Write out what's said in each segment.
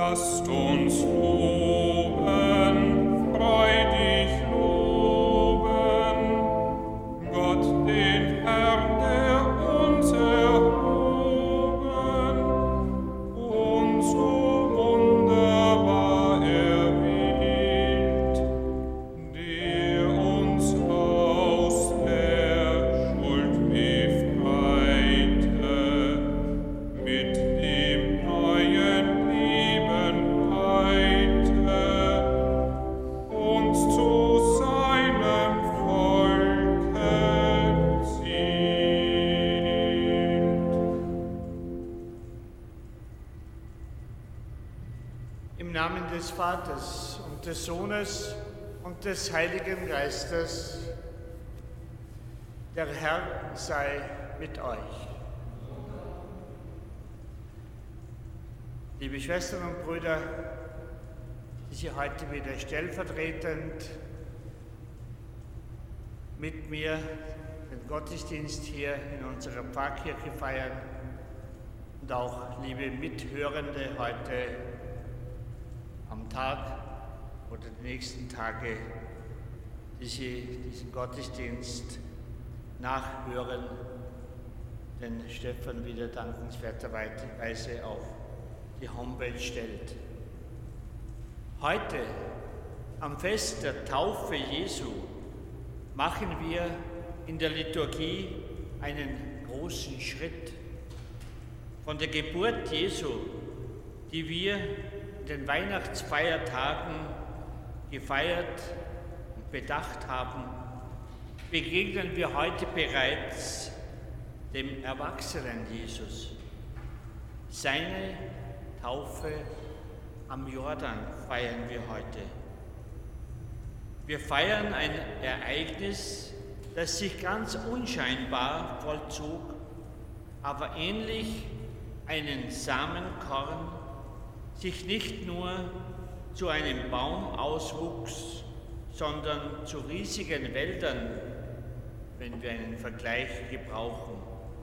Lasst uns loben, freudig loben, Gott den Herrn, der uns erhoben und so wunderbar erwählt, der uns aus der Schuld befreite, mit dem neuen Leben weihte, uns zu seinem Volke zählt. Im Namen des Vaters und des Sohnes und des Heiligen Geistes, der Herr sei mit euch. Liebe Schwestern und Brüder, die Sie heute wieder stellvertretend mit mir den Gottesdienst hier in unserer Pfarrkirche feiern und auch liebe Mithörende heute am Tag oder die nächsten Tage, die Sie diesen Gottesdienst nachhören, den Stefan wieder dankenswerterweise auf die Homepage stellt. Heute, am Fest der Taufe Jesu, machen wir in der Liturgie einen großen Schritt von der Geburt Jesu, die wir in den Weihnachtsfeiertagen gefeiert und bedacht haben, begegnen wir heute bereits dem Erwachsenen Jesus. Seine Taufe am Jordan feiern wir heute. Wir feiern ein Ereignis, das sich ganz unscheinbar vollzog, aber ähnlich einen Samenkorn sich nicht nur zu einem Baum auswuchs, sondern zu riesigen Wäldern, wenn wir einen Vergleich gebrauchen.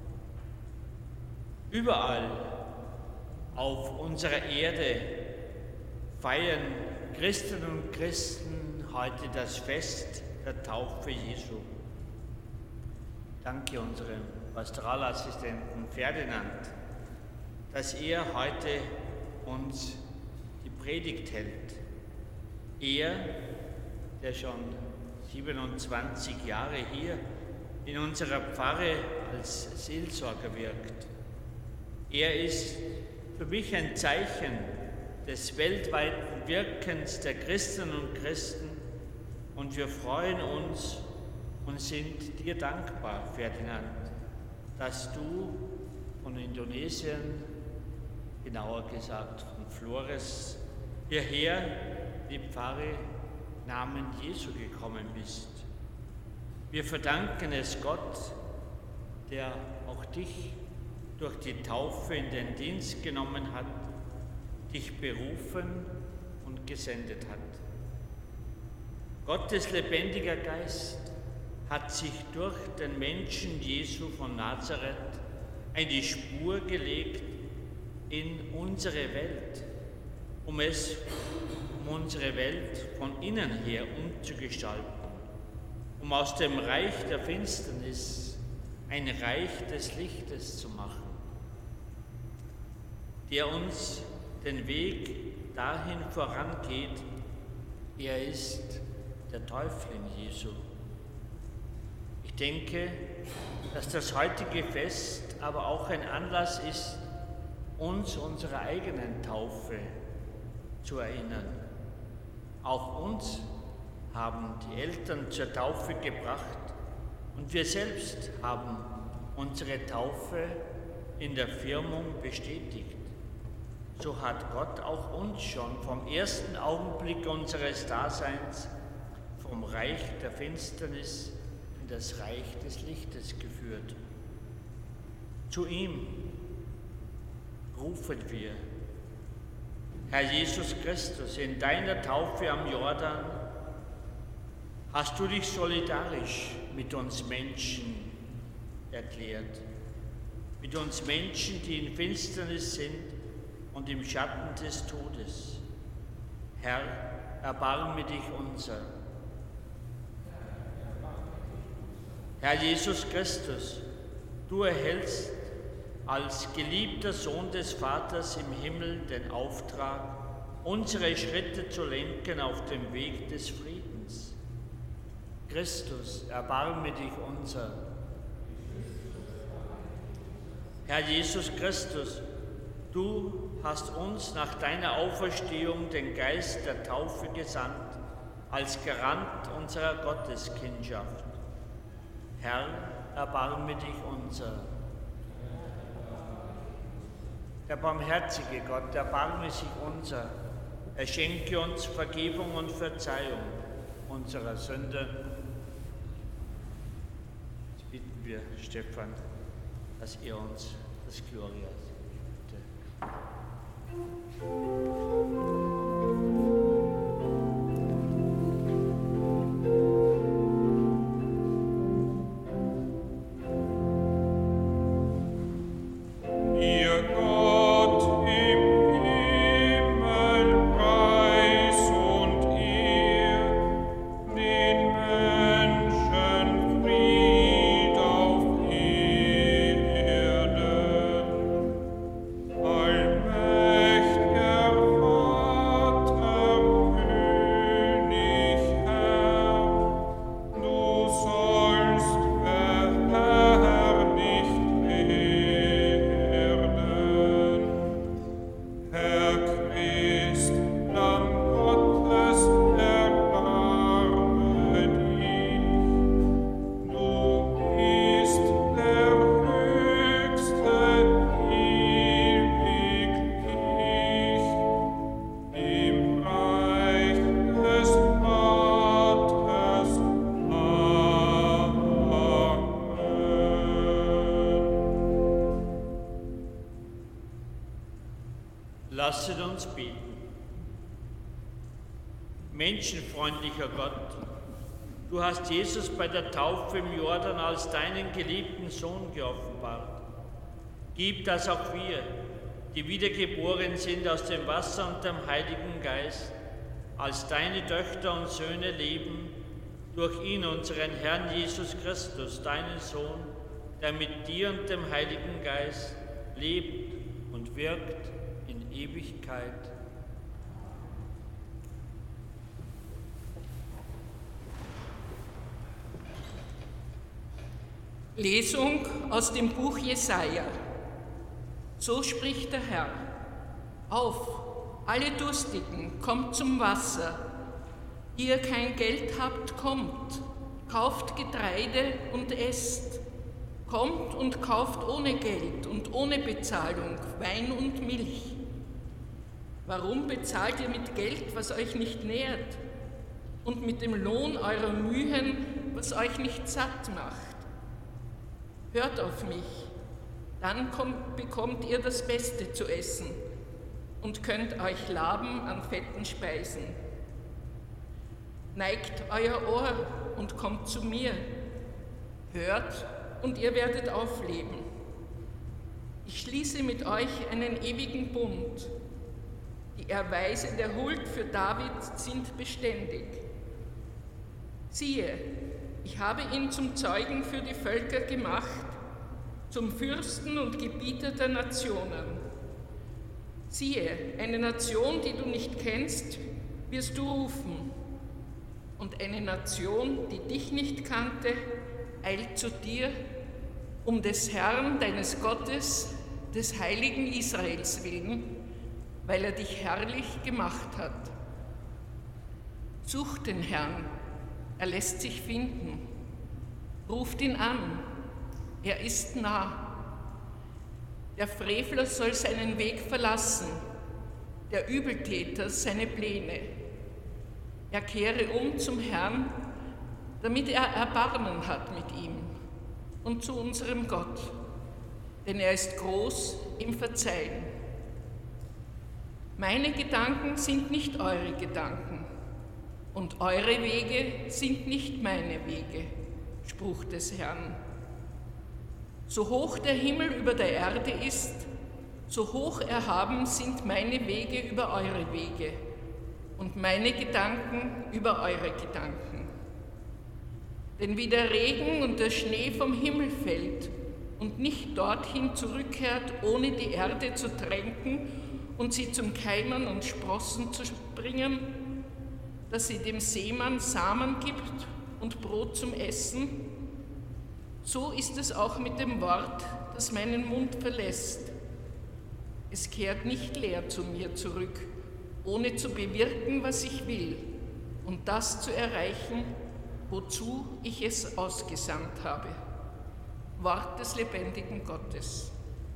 Überall auf unserer Erde feiern Christinnen und Christen heute das Fest der Taufe Jesu. Danke unserem Pastoralassistenten Ferdinand, dass er heute uns die Predigt hält. Er, der schon 27 Jahre hier in unserer Pfarre als Seelsorger wirkt. Er ist für mich ein Zeichen des weltweiten Wirkens der Christinnen und Christen und wir freuen uns und sind dir dankbar, Ferdinand, dass du von Indonesien, genauer gesagt von Flores, hierher in die Pfarre Namen Jesu gekommen bist. Wir verdanken es Gott, der auch dich durch die Taufe in den Dienst genommen hat, dich berufen und gesendet hat. Gottes lebendiger Geist hat sich durch den Menschen Jesu von Nazareth eine Spur gelegt in unsere Welt, um unsere Welt von innen her umzugestalten, um aus dem Reich der Finsternis ein Reich des Lichtes zu machen, der uns den Weg dahin vorangeht. Er ist der Täufling Jesu. Ich denke, dass das heutige Fest aber auch ein Anlass ist, uns unserer eigenen Taufe zu erinnern. Auch uns haben die Eltern zur Taufe gebracht und wir selbst haben unsere Taufe in der Firmung bestätigt. So hat Gott auch uns schon vom ersten Augenblick unseres Daseins vom Reich der Finsternis in das Reich des Lichtes geführt. Zu ihm rufen wir: Herr Jesus Christus, in deiner Taufe am Jordan hast du dich solidarisch mit uns Menschen erklärt. Mit uns Menschen, die in Finsternis sind und im Schatten des Todes. Herr, erbarme dich unser. Herr Jesus Christus, du erhältst als geliebter Sohn des Vaters im Himmel den Auftrag, unsere Schritte zu lenken auf dem Weg des Friedens. Christus, erbarme dich unser. Herr Jesus Christus, du hast uns nach deiner Auferstehung den Geist der Taufe gesandt, als Garant unserer Gotteskindschaft. Herr, erbarme dich unser. Der barmherzige Gott, erbarme sich unser. Er schenke uns Vergebung und Verzeihung unserer Sünden. Jetzt bitten wir, Stefan, dass ihr uns das Gloria bitte. Lasset uns beten. Menschenfreundlicher Gott, du hast Jesus bei der Taufe im Jordan als deinen geliebten Sohn geoffenbart. Gib, dass auch wir, die wiedergeboren sind aus dem Wasser und dem Heiligen Geist, als deine Töchter und Söhne leben, durch ihn, unseren Herrn Jesus Christus, deinen Sohn, der mit dir und dem Heiligen Geist lebt und wirkt in Ewigkeit. Lesung aus dem Buch Jesaja. So spricht der Herr: Auf, alle Durstigen, kommt zum Wasser. Ihr kein Geld habt, kommt, kauft Getreide und esst. Kommt und kauft ohne Geld und ohne Bezahlung Wein und Milch. Warum bezahlt ihr mit Geld, was euch nicht nährt, und mit dem Lohn eurer Mühen, was euch nicht satt macht? Hört auf mich, dann bekommt ihr das Beste zu essen und könnt euch laben an fetten Speisen. Neigt euer Ohr und kommt zu mir. Hört und ihr werdet aufleben. Ich schließe mit euch einen ewigen Bund. Die Erweise der Huld für David sind beständig. Siehe, ich habe ihn zum Zeugen für die Völker gemacht, zum Fürsten und Gebieter der Nationen. Siehe, eine Nation, die du nicht kennst, wirst du rufen. Und eine Nation, die dich nicht kannte, eilt zu dir, um des Herrn, deines Gottes, des Heiligen Israels willen, weil er dich herrlich gemacht hat. Sucht den Herrn, er lässt sich finden. Ruft ihn an, er ist nah. Der Frevler soll seinen Weg verlassen, der Übeltäter seine Pläne. Er kehre um zum Herrn, damit er Erbarmen hat mit ihm und zu unserem Gott, denn er ist groß im Verzeihen. Meine Gedanken sind nicht eure Gedanken und eure Wege sind nicht meine Wege, Spruch des Herrn. So hoch der Himmel über der Erde ist, So hoch erhaben sind meine Wege über eure Wege und meine Gedanken über eure Gedanken. Denn wie der Regen und der Schnee vom Himmel fällt und nicht dorthin zurückkehrt, ohne die Erde zu tränken und sie zum Keimen und Sprossen zu bringen, dass sie dem Seemann Samen gibt und Brot zum Essen, so ist es auch mit dem Wort, das meinen Mund verlässt. Es kehrt nicht leer zu mir zurück, ohne zu bewirken, was ich will, und das zu erreichen, wozu ich es ausgesandt habe. Wort des lebendigen Gottes.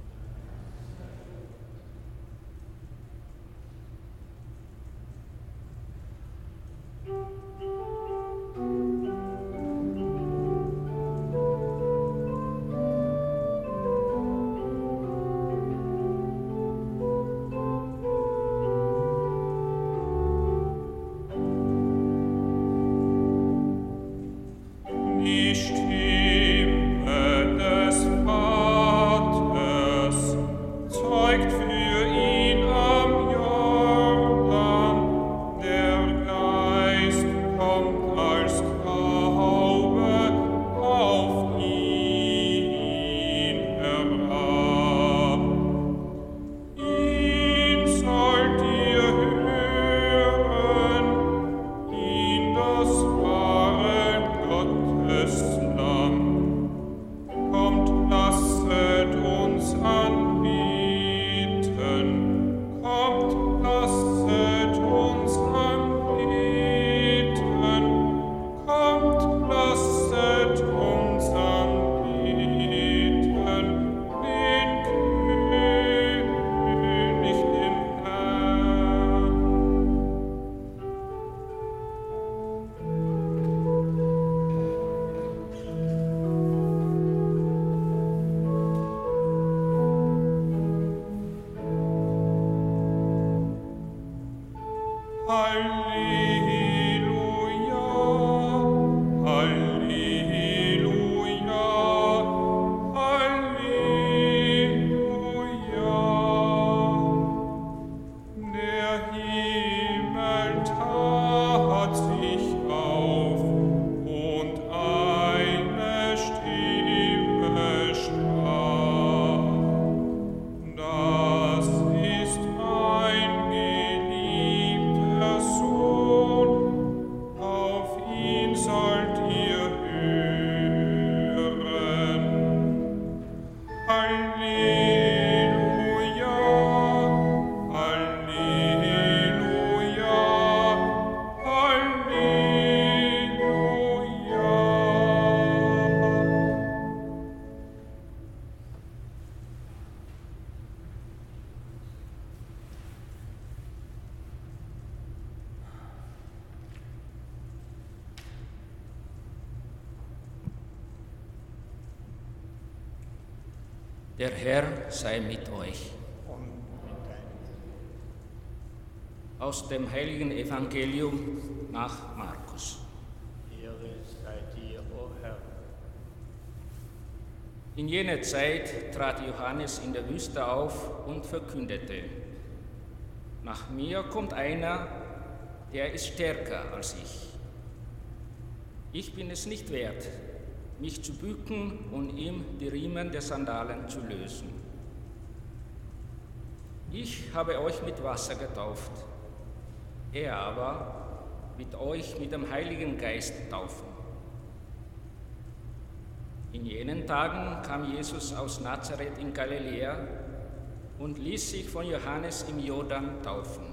Die Stimme des Vaters zeugt für ihn am Jordan. Der Geist kommt als Taube auf ihn herab. Ihn sollt ihr hören, ihn das wahre Gottes Lamm. Kommt, lasset uns anbeten. Kommt, lasset uns anbeten. Kommt, lasset uns anbeten. Den König, den Herrn. Halleluja, Halleluja, Halleluja. Der Himmel tat sich auf und eine Stimme sprach: Das ist mein geliebter Sohn, auf ihn sollt ihr hören. Halleluja, Halleluja, Halleluja. Der Herr sei mit euch. Aus dem heiligen Evangelium nach Markus. Ehre sei dir, o Herr. In jener Zeit trat Johannes in der Wüste auf und verkündete: Nach mir kommt einer, der ist stärker als ich. Ich bin es nicht wert, mich zu bücken und ihm die Riemen der Sandalen zu lösen. Ich habe euch mit Wasser getauft, er aber wird euch mit dem Heiligen Geist taufen. In jenen Tagen kam Jesus aus Nazareth in Galiläa und ließ sich von Johannes im Jordan taufen.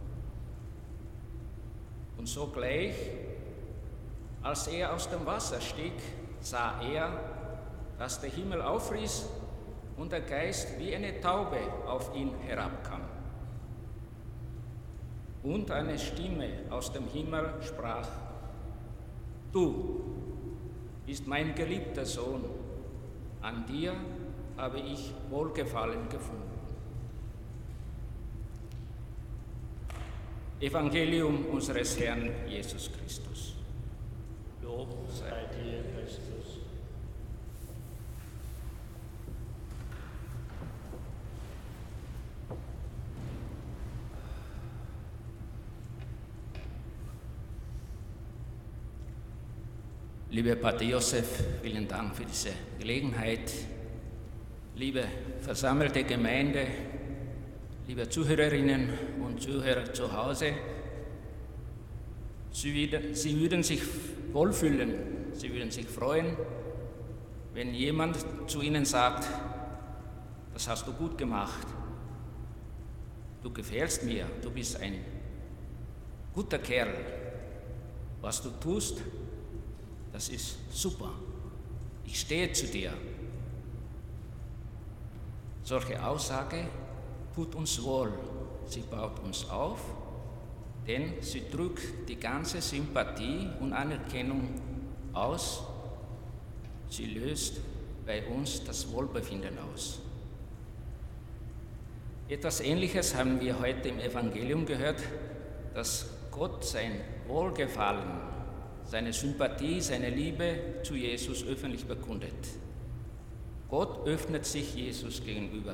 Und sogleich, als er aus dem Wasser stieg, sah er, dass der Himmel aufriss und der Geist wie eine Taube auf ihn herabkam. Und eine Stimme aus dem Himmel sprach: Du bist mein geliebter Sohn, an dir habe ich Wohlgefallen gefunden. Evangelium unseres Herrn Jesus Christus. Lob sei dir, Christus. Lieber Pater Josef, vielen Dank für diese Gelegenheit. Liebe versammelte Gemeinde, liebe Zuhörerinnen und Zuhörer zu Hause, Sie würden sich wohlfühlen, Sie würden sich freuen, wenn jemand zu Ihnen sagt, das hast du gut gemacht, du gefällst mir, du bist ein guter Kerl, was du tust, das ist super, ich stehe zu dir. Solche Aussage tut uns wohl, sie baut uns auf, denn sie drückt die ganze Sympathie und Anerkennung aus, sie löst bei uns das Wohlbefinden aus. Etwas Ähnliches haben wir heute im Evangelium gehört, dass Gott sein Wohlgefallen, seine Sympathie, seine Liebe zu Jesus öffentlich bekundet. Gott öffnet sich Jesus gegenüber.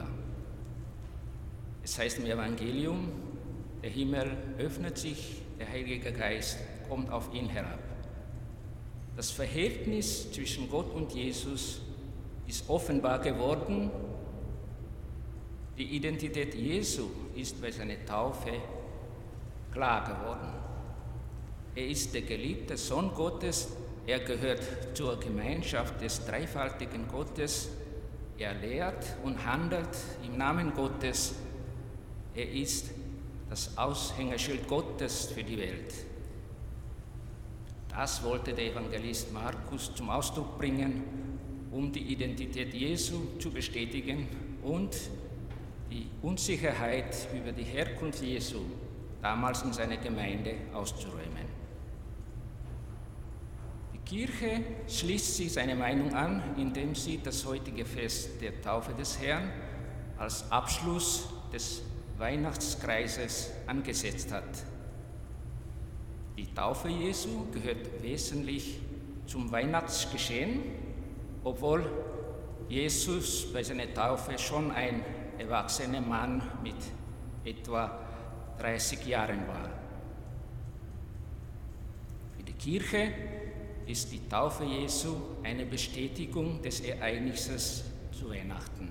Es heißt im Evangelium, der Himmel öffnet sich, der Heilige Geist kommt auf ihn herab. Das Verhältnis zwischen Gott und Jesus ist offenbar geworden. Die Identität Jesu ist bei seiner Taufe klar geworden. Er ist der geliebte Sohn Gottes, er gehört zur Gemeinschaft des dreifaltigen Gottes, er lehrt und handelt im Namen Gottes, er ist das Aushängeschild Gottes für die Welt. Das wollte der Evangelist Markus zum Ausdruck bringen, um die Identität Jesu zu bestätigen und die Unsicherheit über die Herkunft Jesu damals in seiner Gemeinde auszuräumen. Die Kirche schließt sich seine Meinung an, indem sie das heutige Fest der Taufe des Herrn als Abschluss des Weihnachtskreises angesetzt hat. Die Taufe Jesu gehört wesentlich zum Weihnachtsgeschehen, obwohl Jesus bei seiner Taufe schon ein erwachsener Mann mit etwa 30 Jahren war. Für die Kirche ist die Taufe Jesu eine Bestätigung des Ereignisses zu Weihnachten.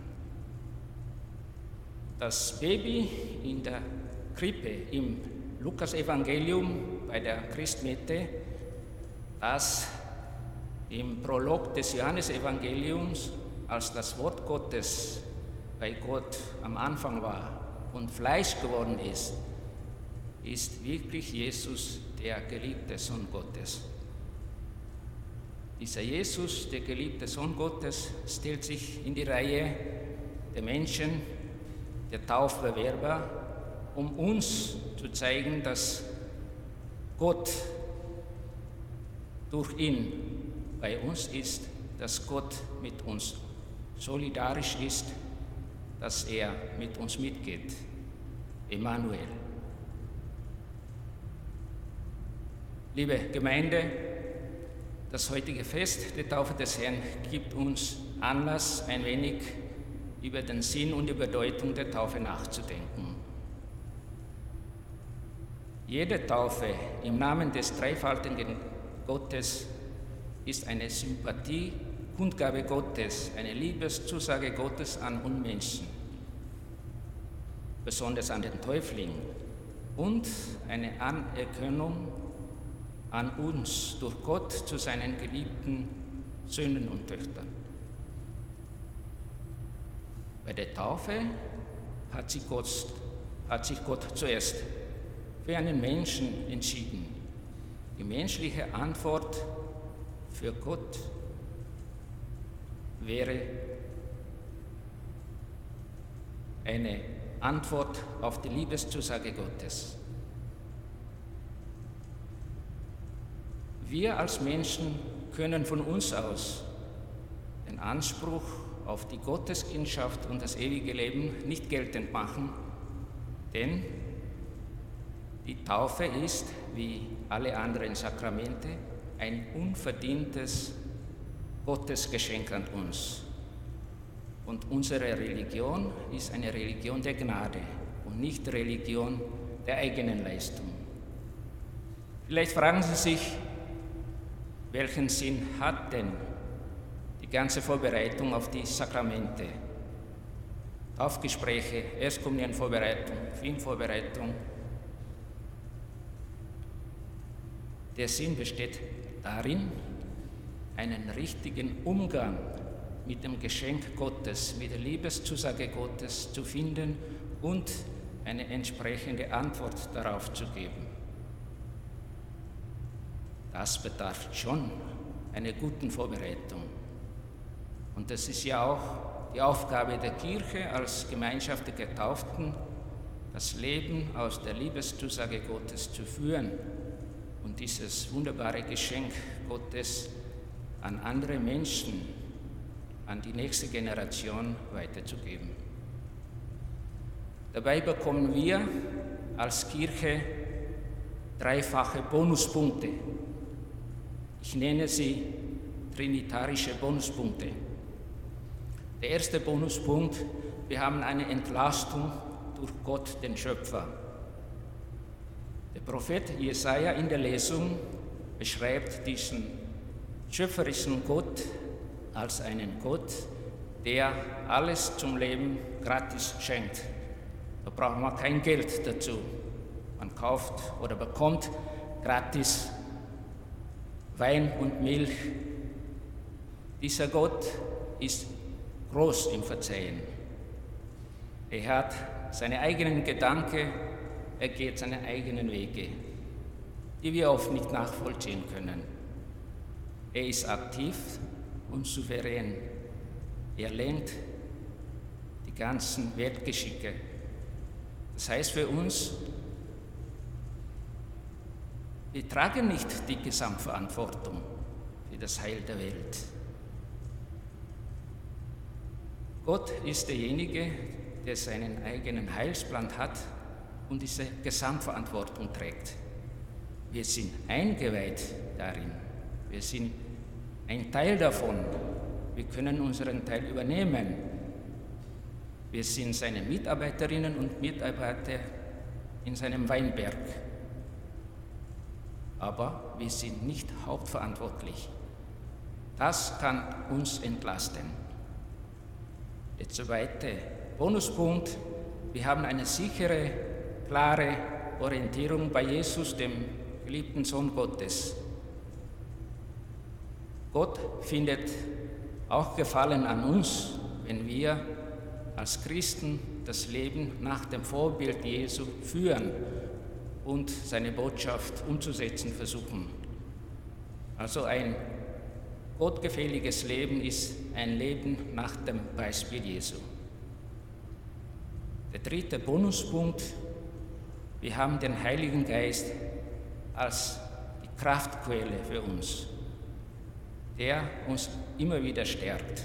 Das Baby in der Krippe im Lukas-Evangelium bei der Christmette, das im Prolog des Johannesevangeliums als das Wort Gottes bei Gott am Anfang war und Fleisch geworden ist, ist wirklich Jesus, der geliebte Sohn Gottes. Dieser Jesus, der geliebte Sohn Gottes, stellt sich in die Reihe der Menschen, der Taufbewerber, um uns zu zeigen, dass Gott durch ihn bei uns ist, dass Gott mit uns solidarisch ist, dass er mit uns mitgeht. Emmanuel. Liebe Gemeinde, das heutige Fest der Taufe des Herrn gibt uns Anlass, ein wenig über den Sinn und die Bedeutung der Taufe nachzudenken. Jede Taufe im Namen des dreifaltigen Gottes ist eine Sympathie, Kundgabe Gottes, eine Liebeszusage Gottes an uns Menschen, besonders an den Täufling, und eine Anerkennung an uns durch Gott zu seinen geliebten Söhnen und Töchtern. Bei der Taufe hat sich Gott zuerst für einen Menschen entschieden. Die menschliche Antwort für Gott wäre eine Antwort auf die Liebeszusage Gottes. Wir als Menschen können von uns aus den Anspruch auf die Gotteskindschaft und das ewige Leben nicht geltend machen, denn die Taufe ist, wie alle anderen Sakramente, ein unverdientes Gottesgeschenk an uns. Und unsere Religion ist eine Religion der Gnade und nicht Religion der eigenen Leistung. Vielleicht fragen Sie sich, welchen Sinn hat denn die ganze Vorbereitung auf die Sakramente? Taufgespräche, Erstkommunionvorbereitung, Filmvorbereitung. Der Sinn besteht darin, einen richtigen Umgang mit dem Geschenk Gottes, mit der Liebeszusage Gottes zu finden und eine entsprechende Antwort darauf zu geben. Das bedarf schon einer guten Vorbereitung. Und das ist ja auch die Aufgabe der Kirche als Gemeinschaft der Getauften, das Leben aus der Liebeszusage Gottes zu führen und dieses wunderbare Geschenk Gottes an andere Menschen, an die nächste Generation weiterzugeben. Dabei bekommen wir als Kirche dreifache Bonuspunkte. Ich nenne sie trinitarische Bonuspunkte. Der erste Bonuspunkt, wir haben eine Entlastung durch Gott, den Schöpfer. Der Prophet Jesaja in der Lesung beschreibt diesen schöpferischen Gott als einen Gott, der alles zum Leben gratis schenkt. Da braucht man kein Geld dazu. Man kauft oder bekommt gratis Wein und Milch. Dieser Gott ist groß im Verzeihen. Er hat seine eigenen Gedanken, er geht seine eigenen Wege, die wir oft nicht nachvollziehen können. Er ist aktiv und souverän. Er lenkt die ganzen Weltgeschicke. Das heißt für uns, wir tragen nicht die Gesamtverantwortung für das Heil der Welt. Gott ist derjenige, der seinen eigenen Heilsplan hat und diese Gesamtverantwortung trägt. Wir sind eingeweiht darin. Wir sind ein Teil davon. Wir können unseren Teil übernehmen. Wir sind seine Mitarbeiterinnen und Mitarbeiter in seinem Weinberg. Aber wir sind nicht hauptverantwortlich. Das kann uns entlasten. Der zweite Bonuspunkt, wir haben eine sichere, klare Orientierung bei Jesus, dem geliebten Sohn Gottes. Gott findet auch Gefallen an uns, wenn wir als Christen das Leben nach dem Vorbild Jesu führen und seine Botschaft umzusetzen versuchen. Also ein gottgefälliges Leben ist ein Leben nach dem Beispiel Jesu. Der dritte Bonuspunkt, wir haben den Heiligen Geist als die Kraftquelle für uns, der uns immer wieder stärkt.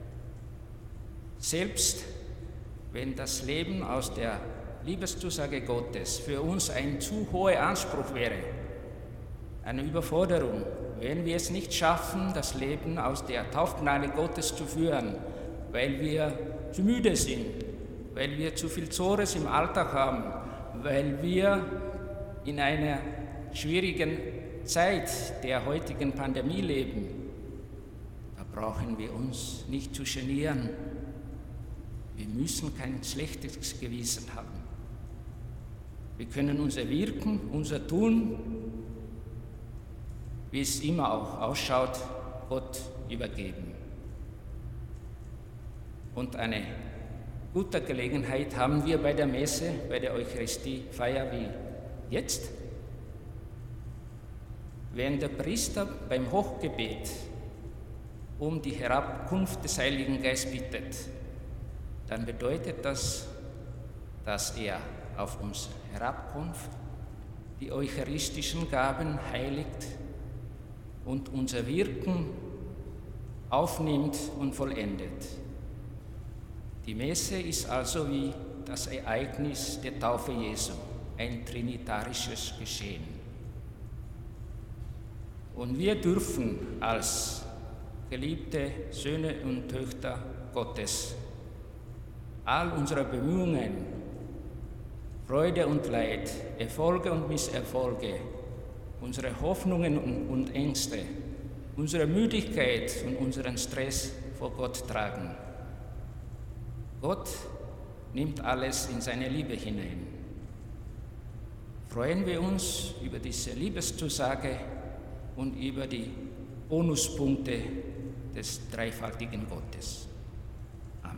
Selbst wenn das Leben aus der Liebeszusage Gottes für uns ein zu hoher Anspruch wäre, eine Überforderung, wenn wir es nicht schaffen, das Leben aus der Taufgnade Gottes zu führen, weil wir zu müde sind, weil wir zu viel Zores im Alltag haben, weil wir in einer schwierigen Zeit der heutigen Pandemie leben, da brauchen wir uns nicht zu genieren. Wir müssen kein schlechtes Gewissen haben. Wir können unser Wirken, unser Tun, wie es immer auch ausschaut, Gott übergeben. Und eine gute Gelegenheit haben wir bei der Messe, bei der Eucharistiefeier wie jetzt. Wenn der Priester beim Hochgebet um die Herabkunft des Heiligen Geistes bittet, dann bedeutet das, dass er auf uns herabkommt, die eucharistischen Gaben heiligt und unser Wirken aufnimmt und vollendet. Die Messe ist also wie das Ereignis der Taufe Jesu, ein trinitarisches Geschehen. Und wir dürfen als geliebte Söhne und Töchter Gottes all unsere Bemühungen, Freude und Leid, Erfolge und Misserfolge, unsere Hoffnungen und Ängste unsere Müdigkeit und unseren Stress vor Gott tragen. Gott nimmt alles in seine Liebe hinein. Freuen wir uns über diese Liebeszusage und über die Bonuspunkte des dreifaltigen Gottes. Amen.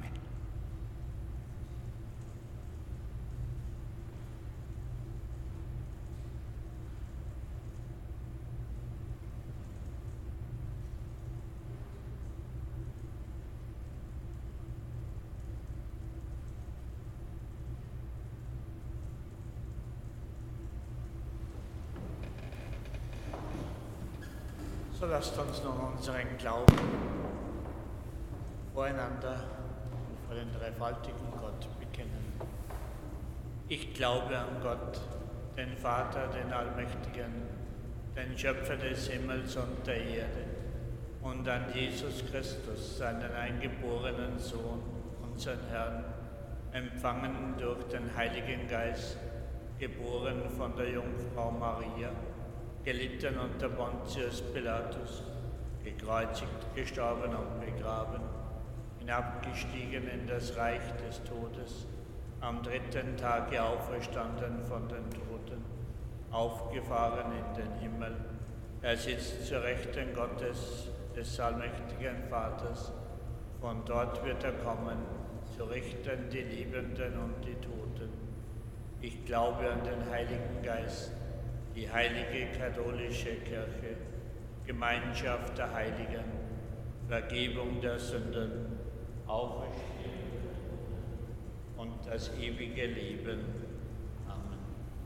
So lasst uns nun unseren Glauben voreinander und vor den dreifaltigen Gott bekennen. Ich glaube an Gott, den Vater, den Allmächtigen, den Schöpfer des Himmels und der Erde, und an Jesus Christus, seinen eingeborenen Sohn, unseren Herrn, empfangen durch den Heiligen Geist, geboren von der Jungfrau Maria, gelitten unter Pontius Pilatus, gekreuzigt, gestorben und begraben, hinabgestiegen in das Reich des Todes, am dritten Tage auferstanden von den Toten, aufgefahren in den Himmel. Er sitzt zur Rechten Gottes, des allmächtigen Vaters. Von dort wird er kommen, zu richten die Lebenden und die Toten. Ich glaube an den Heiligen Geist, die heilige katholische Kirche, Gemeinschaft der Heiligen, Vergebung der Sünden, Auferstehung und das ewige Leben. Amen.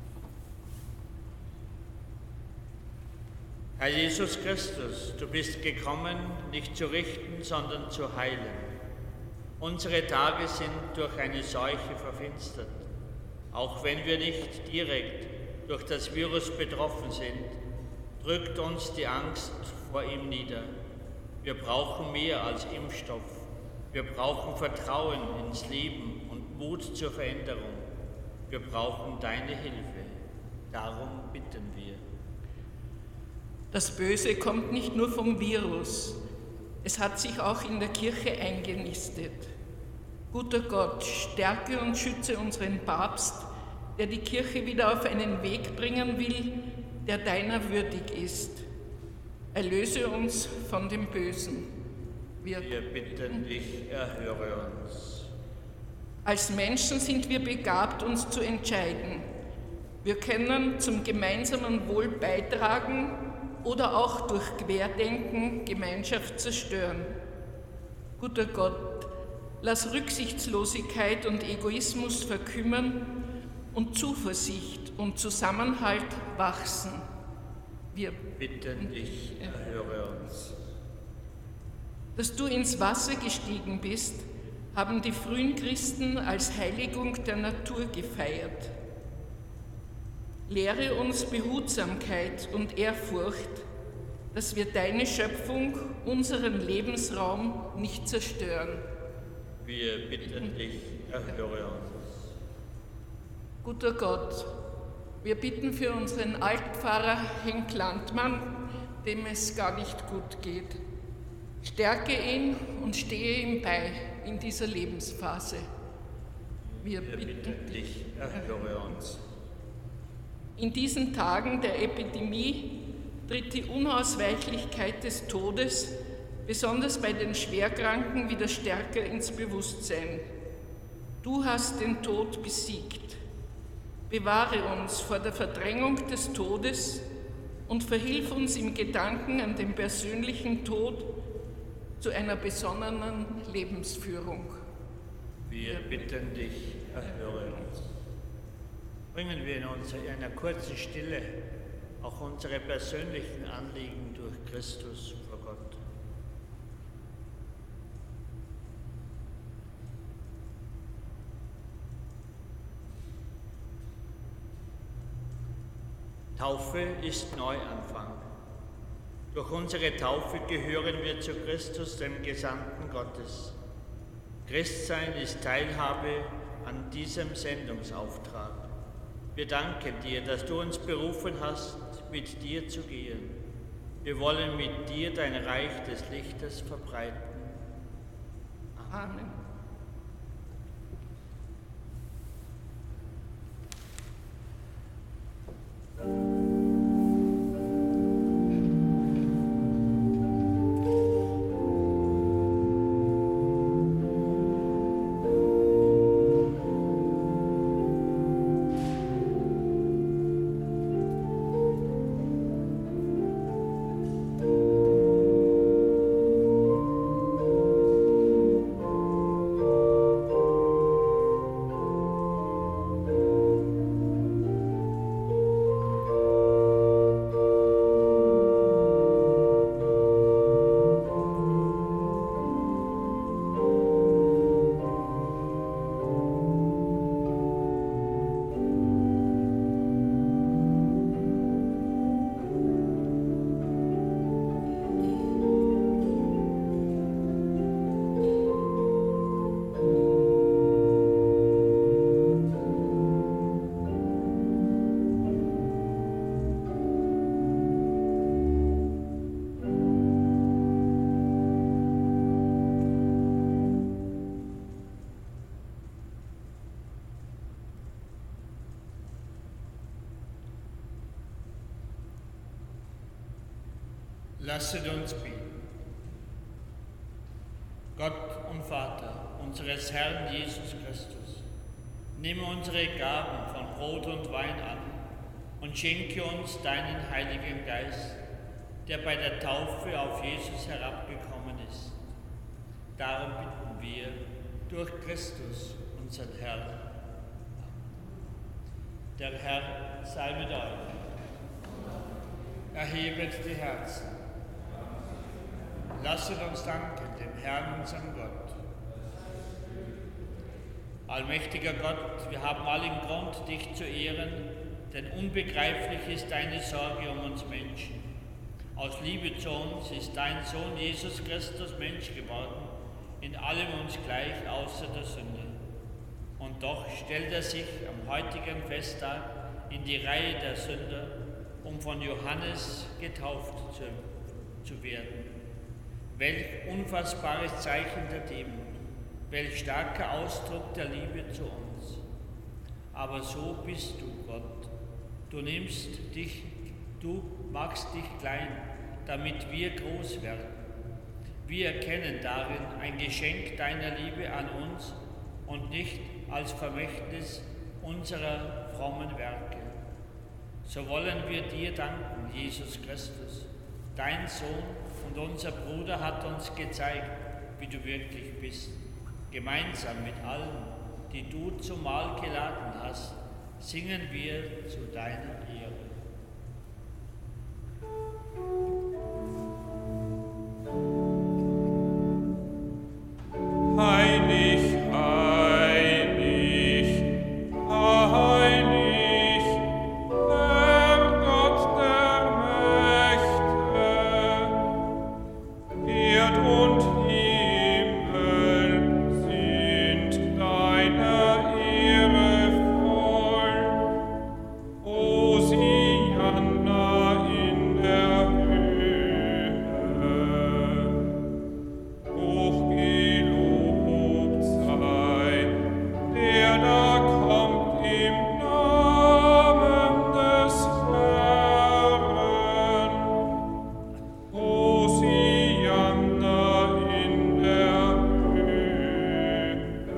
Herr Jesus Christus, du bist gekommen, nicht zu richten, sondern zu heilen. Unsere Tage sind durch eine Seuche verfinstert. Auch wenn wir nicht direkt durch das Virus betroffen sind, drückt uns die Angst vor ihm nieder. Wir brauchen mehr als Impfstoff. Wir brauchen Vertrauen ins Leben und Mut zur Veränderung. Wir brauchen deine Hilfe. Darum bitten wir. Das Böse kommt nicht nur vom Virus. Es hat sich auch in der Kirche eingenistet. Guter Gott, stärke und schütze unseren Papst, der die Kirche wieder auf einen Weg bringen will, der deiner würdig ist. Erlöse uns von dem Bösen. Wir bitten dich, erhöre uns. Als Menschen sind wir begabt, uns zu entscheiden. Wir können zum gemeinsamen Wohl beitragen oder auch durch Querdenken Gemeinschaft zerstören. Guter Gott, lass Rücksichtslosigkeit und Egoismus verkümmern und Zuversicht und Zusammenhalt wachsen. Wir bitten dich, erhöre uns. Dass du ins Wasser gestiegen bist, haben die frühen Christen als Heiligung der Natur gefeiert. Lehre uns Behutsamkeit und Ehrfurcht, dass wir deine Schöpfung, unseren Lebensraum nicht zerstören. Wir bitten dich, erhöre uns. Guter Gott, wir bitten für unseren Altpfarrer Henk Landmann, dem es gar nicht gut geht. Stärke ihn und stehe ihm bei in dieser Lebensphase. Wir bitten dich, erhöre uns. In diesen Tagen der Epidemie tritt die Unausweichlichkeit des Todes, besonders bei den Schwerkranken, wieder stärker ins Bewusstsein. Du hast den Tod besiegt. Bewahre uns vor der Verdrängung des Todes und verhilf uns im Gedanken an den persönlichen Tod zu einer besonnenen Lebensführung. Wir bitten dich, erhöre uns. Bringen wir in einer kurzen Stille auch unsere persönlichen Anliegen durch Christus vor Gott. Taufe ist Neuanfang. Durch unsere Taufe gehören wir zu Christus, dem Gesandten Gottes. Christsein ist Teilhabe an diesem Sendungsauftrag. Wir danken dir, dass du uns berufen hast, mit dir zu gehen. Wir Wir wollen mit dir dein Reich des Lichtes verbreiten. Amen. Lasset uns beten. Gott und Vater unseres Herrn Jesus Christus, nimm unsere Gaben von Brot und Wein an und schenke uns deinen Heiligen Geist, der bei der Taufe auf Jesus herabgekommen ist. Darum bitten wir durch Christus, unseren Herrn. Der Herr sei mit euch. Erhebet die Herzen. Lasset uns danken dem Herrn, unserem Gott. Allmächtiger Gott, wir haben allen Grund, dich zu ehren, denn unbegreiflich ist deine Sorge um uns Menschen. Aus Liebe zu uns ist dein Sohn Jesus Christus Mensch geworden, in allem uns gleich außer der Sünde. Und doch stellt er sich am heutigen Festtag in die Reihe der Sünder, um von Johannes getauft zu werden. Welch unfassbares Zeichen der Demut, welch starker Ausdruck der Liebe zu uns. Aber so bist du, Gott. Du machst dich klein, damit wir groß werden. Wir erkennen darin ein Geschenk deiner Liebe an uns und nicht als Vermächtnis unserer frommen Werke. So wollen wir dir danken, Jesus Christus. Dein Sohn und unser Bruder hat uns gezeigt, wie du wirklich bist. Gemeinsam mit allen, die du zum Mahl geladen hast, singen wir zu deiner Ehre. Heilig, heilig, heilig, Herr Gott der Mächte, Erd und Himmel sind deiner Ehre voll. Hosianna in der Höhe, hochgelobt sei, der da kommt im Namen des Herrn. Hosianna in der Höhe.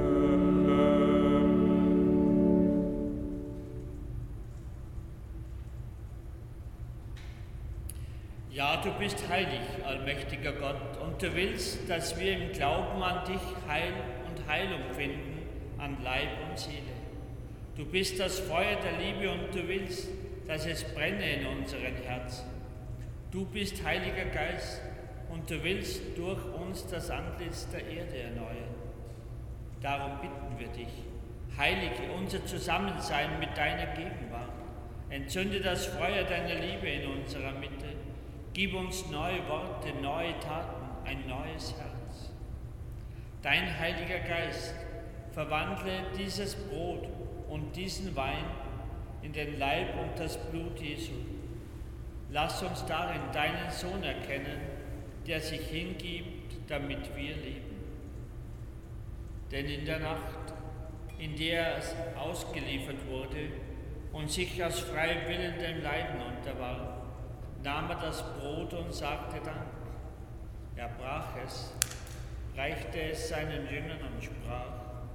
Ja, du bist heilig, allmächtiger Gott, und du willst, dass wir im Glauben an dich Heil und Heilung finden, an Leib und Seele. Du bist das Feuer der Liebe und du willst, dass es brenne in unseren Herzen. Du bist Heiliger Geist und du willst durch uns das Antlitz der Erde erneuern. Darum bitten wir dich, heilige unser Zusammensein mit deiner Gegenwart. Entzünde das Feuer deiner Liebe in unserer Mitte. Gib uns neue Worte, neue Taten, ein neues Herz. Dein Heiliger Geist verwandle dieses Brot und diesen Wein in den Leib und das Blut Jesu. Lass uns darin deinen Sohn erkennen, der sich hingibt, damit wir leben. Denn in der Nacht, in der er ausgeliefert wurde und sich aus freiem Willen dem Leiden unterwarf, nahm er das Brot und sagte Dank. Er brach es, reichte es seinen Jüngern und sprach: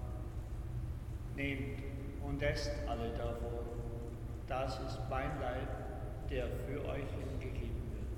Nehmt und esst alle davon, das ist mein Leib, der für euch hingegeben wird.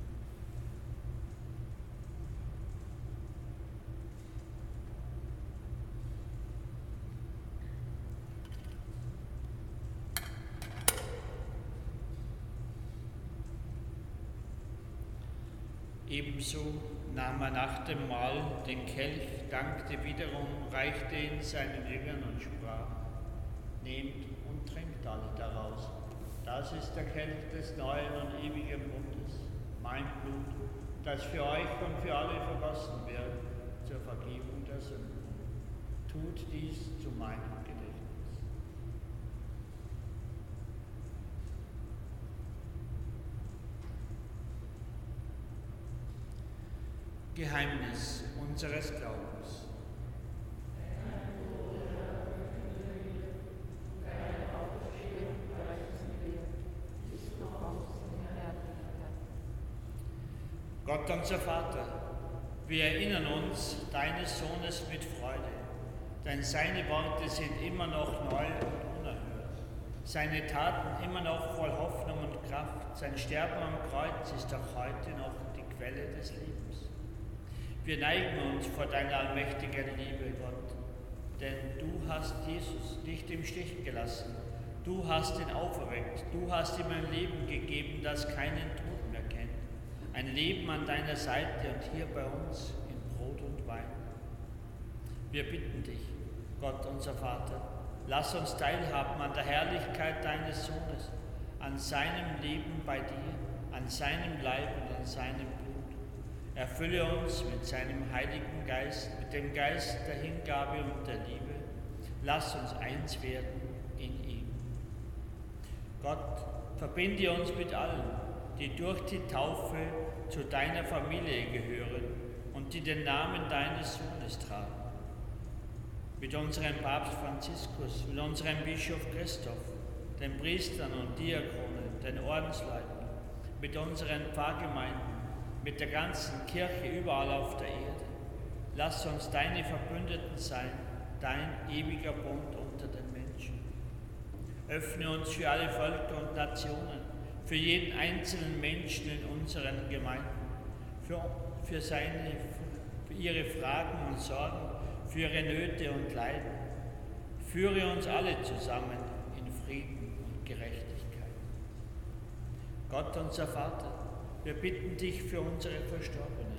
Ebenso nahm er nach dem Mahl den Kelch, dankte wiederum, reichte ihn seinen Jüngern und sprach: Nehmt und trinkt alle daraus. Das ist der Kelch des neuen und ewigen Bundes, mein Blut, das für euch und für alle vergossen wird, zur Vergebung der Sünden. Tut dies zu meinem Gedächtnis. Geheimnis unseres Glaubens. Gott, unser Vater, wir erinnern uns deines Sohnes mit Freude, denn seine Worte sind immer noch neu und unerhört, seine Taten immer noch voll Hoffnung und Kraft, sein Sterben am Kreuz ist auch heute noch die Quelle des Lebens. Wir neigen uns vor deiner allmächtigen Liebe, Gott, denn du hast Jesus nicht im Stich gelassen, du hast ihn auferweckt, du hast ihm ein Leben gegeben, das keinen Tod mehr kennt. Ein Leben an deiner Seite und hier bei uns in Brot und Wein. Wir bitten dich, Gott unser Vater, lass uns teilhaben an der Herrlichkeit deines Sohnes, an seinem Leben bei dir, an seinem Leib und an seinem Blut. Erfülle uns mit seinem Heiligen Geist, mit dem Geist der Hingabe und der Liebe. Lass uns eins werden in ihm. Gott, verbinde uns mit allen, die durch die Taufe zu deiner Familie gehören und die den Namen deines Sohnes tragen. Mit unserem Papst Franziskus, mit unserem Bischof Christoph, den Priestern und Diakonen, den Ordensleuten, mit unseren Pfarrgemeinden, mit der ganzen Kirche überall auf der Erde. Lass uns deine Verbündeten sein, dein ewiger Bund unter den Menschen. Öffne uns für alle Völker und Nationen, für jeden einzelnen Menschen in unseren Gemeinden, für ihre Fragen und Sorgen, für ihre Nöte und Leiden. Führe uns alle zusammen in Frieden und Gerechtigkeit. Gott, unser Vater, wir bitten dich für unsere Verstorbenen.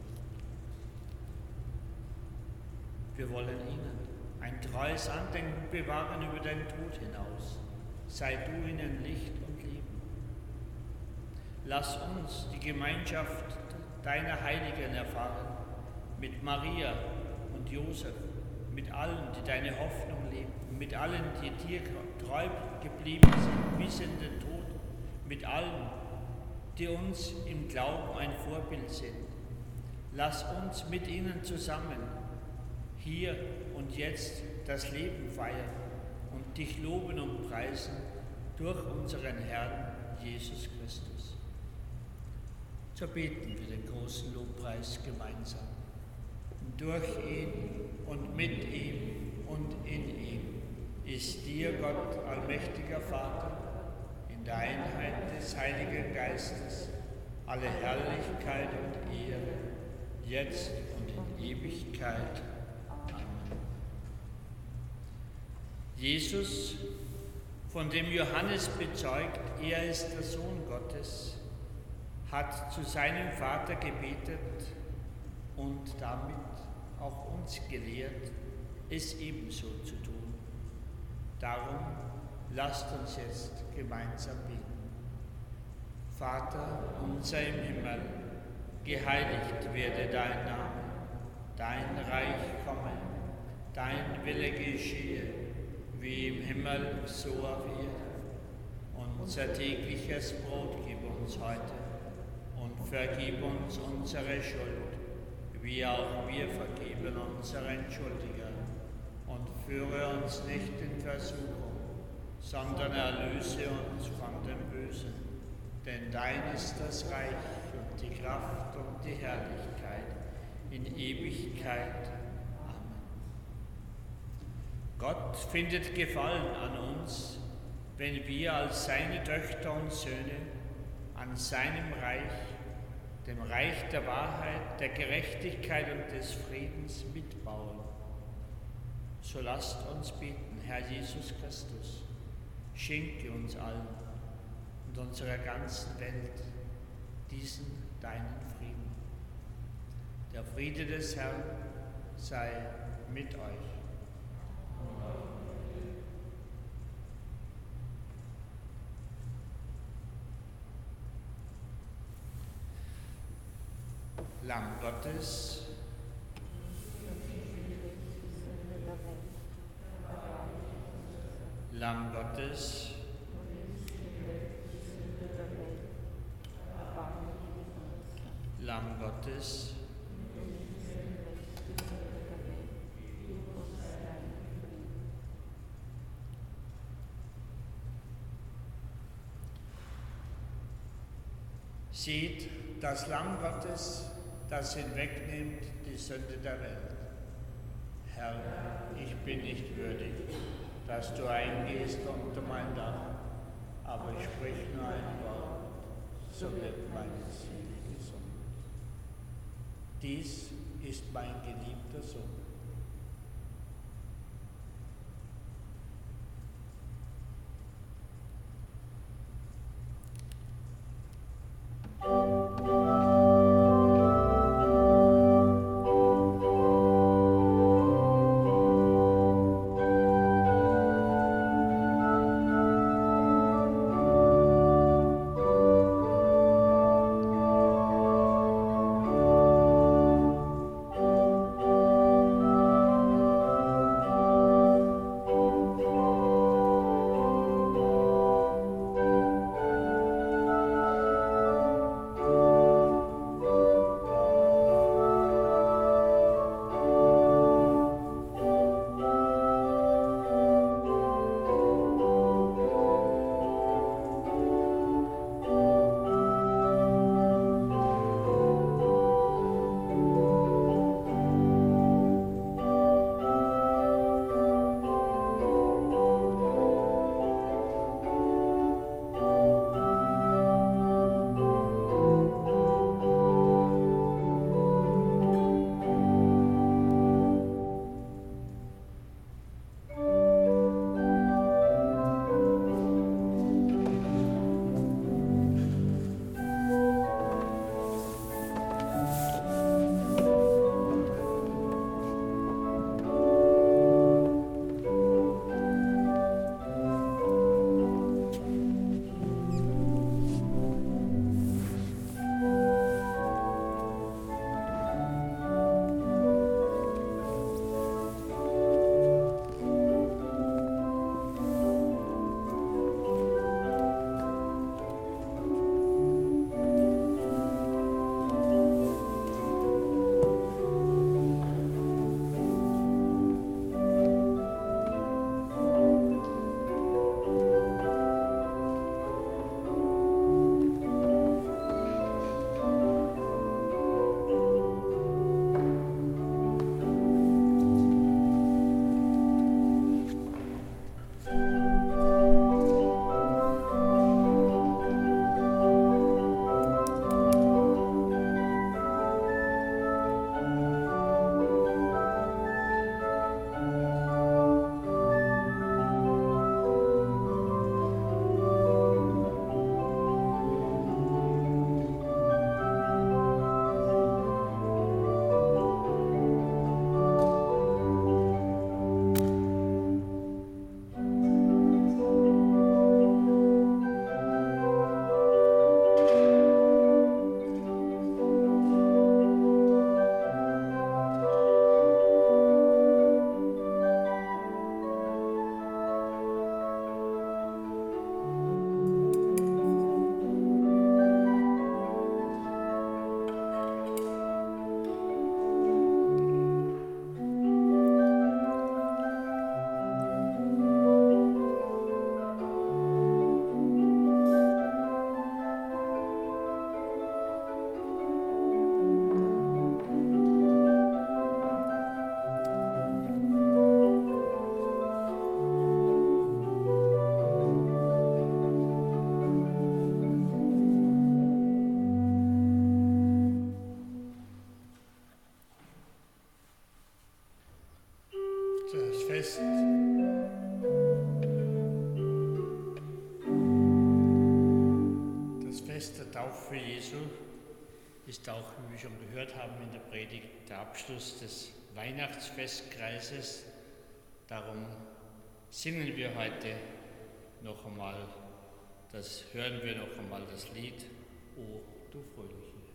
Wir wollen ihnen ein treues Andenken bewahren über den Tod hinaus. Sei du ihnen Licht und Leben. Lass uns die Gemeinschaft deiner Heiligen erfahren, mit Maria und Josef, mit allen, die deine Hoffnung leben, mit allen, die dir treu geblieben sind bis in den Tod, mit allen, die uns im Glauben ein Vorbild sind. Lass uns mit ihnen zusammen hier und jetzt das Leben feiern und dich loben und preisen durch unseren Herrn Jesus Christus. So beten wir den großen Lobpreis gemeinsam. Durch ihn und mit ihm und in ihm ist dir, Gott, allmächtiger Vater, in der Einheit des Heiligen Geistes, alle Herrlichkeit und Ehre, jetzt und in Ewigkeit. Amen. Jesus, von dem Johannes bezeugt, er ist der Sohn Gottes, hat zu seinem Vater gebetet und damit auch uns gelehrt, es ebenso zu tun. Darum lasst uns jetzt gemeinsam beten. Vater unser im Himmel, geheiligt werde dein Name, dein Reich komme, dein Wille geschehe, wie im Himmel so auf Erden. Unser tägliches Brot gib uns heute und vergib uns unsere Schuld, wie auch wir vergeben unseren Schuldigern. Und führe uns nicht in Versuchung, sondern erlöse uns von dem Bösen. Denn dein ist das Reich und die Kraft und die Herrlichkeit in Ewigkeit. Amen. Gott findet Gefallen an uns, wenn wir als seine Töchter und Söhne an seinem Reich, dem Reich der Wahrheit, der Gerechtigkeit und des Friedens mitbauen. So lasst uns beten, Herr Jesus Christus, schenke uns allen und unserer ganzen Welt diesen deinen Frieden. Der Friede des Herrn sei mit euch. Lamm Gottes, Lamm Gottes, Lamm Gottes, seht das Lamm Gottes, das hinwegnimmt die Sünde der Welt. Herr, ich bin nicht würdig, dass du eingehst unter mein Dach, aber sprich nur ein Wort, so wird meine Seele gesund. Dies ist mein geliebter Sohn. Fest. Das Fest der Taufe Jesu ist auch, wie wir schon gehört haben in der Predigt, der Abschluss des Weihnachtsfestkreises. Darum singen wir heute noch einmal, hören wir noch einmal das Lied O du Fröhliche.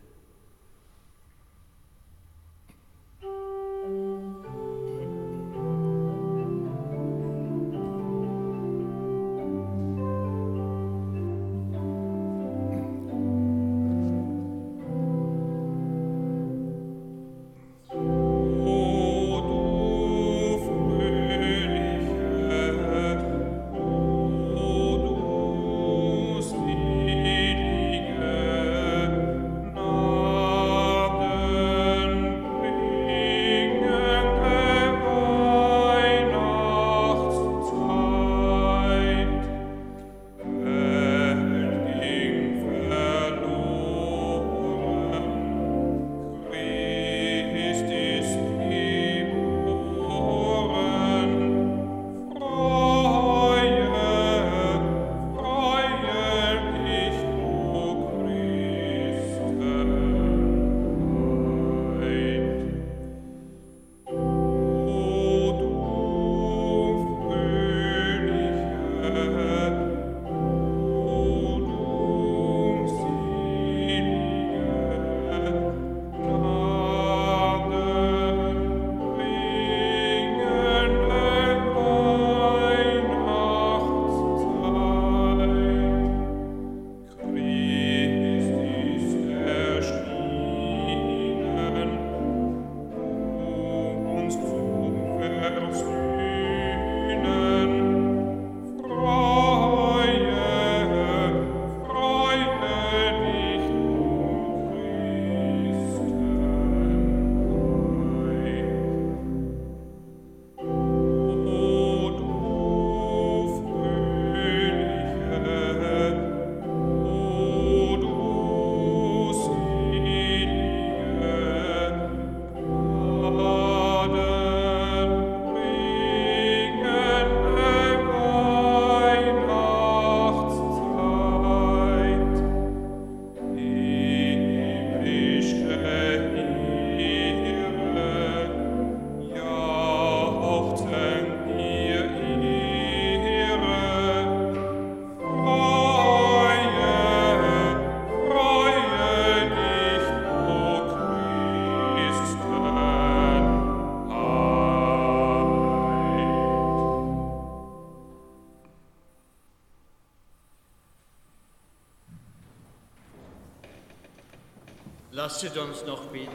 Lasset uns noch beten.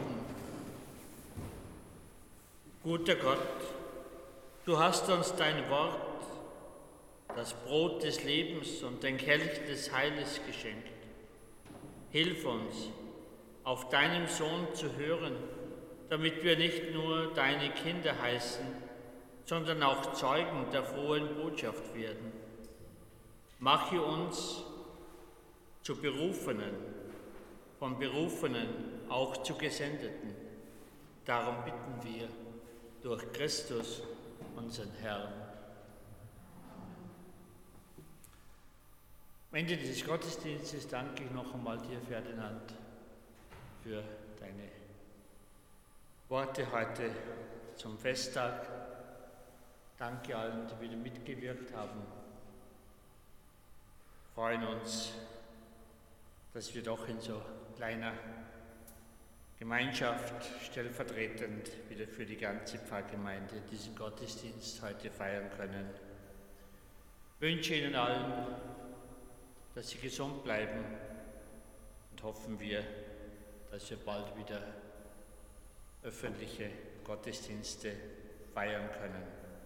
Guter Gott, du hast uns dein Wort, das Brot des Lebens und den Kelch des Heiles geschenkt. Hilf uns, auf deinem Sohn zu hören, damit wir nicht nur deine Kinder heißen, sondern auch Zeugen der frohen Botschaft werden. Mache uns zu Berufenen, von Berufenen auch zu Gesendeten. Darum bitten wir durch Christus, unseren Herrn. Am Ende dieses Gottesdienstes danke ich noch einmal dir, Ferdinand, für deine Worte heute zum Festtag. Danke allen, die wieder mitgewirkt haben. Wir freuen uns, dass wir doch in so kleiner Gemeinschaft stellvertretend wieder für die ganze Pfarrgemeinde diesen Gottesdienst heute feiern können. Ich wünsche Ihnen allen, dass Sie gesund bleiben und hoffen wir, dass wir bald wieder öffentliche Gottesdienste feiern können.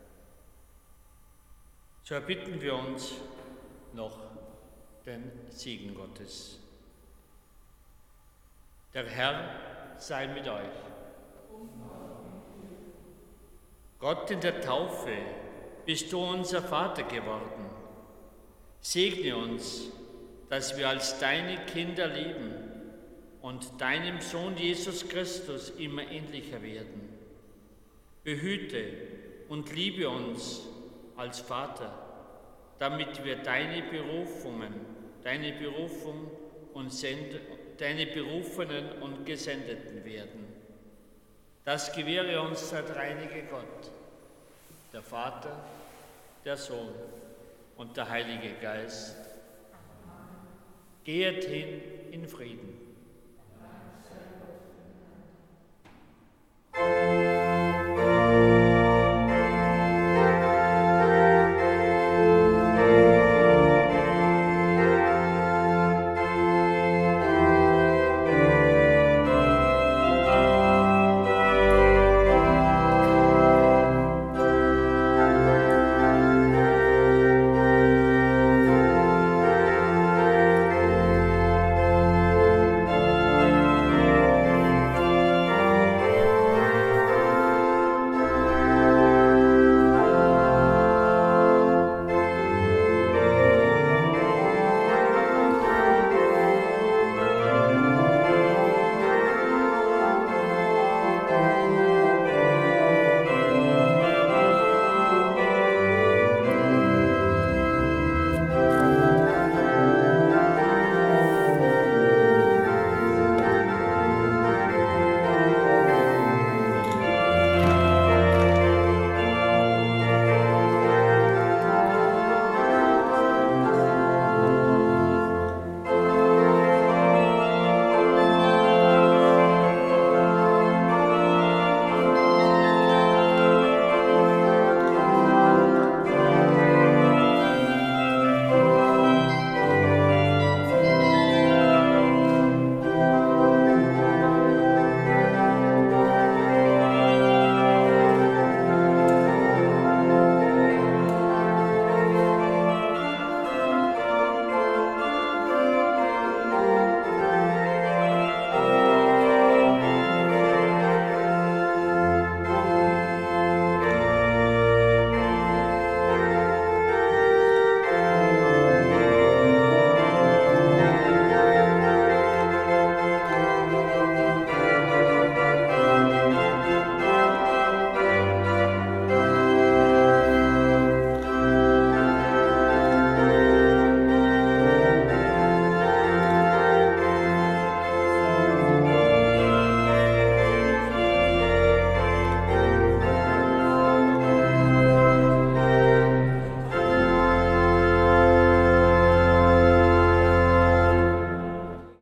So erbitten wir uns noch den Segen Gottes. Der Herr sei mit euch. Gott, in der Taufe bist du unser Vater geworden. Segne uns, dass wir als deine Kinder leben und deinem Sohn Jesus Christus immer ähnlicher werden. Behüte und liebe uns als Vater, damit wir deine Berufenen und Gesendeten werden. Das gewähre uns der dreieinige Gott, der Vater, der Sohn und der Heilige Geist. Gehet hin in Frieden.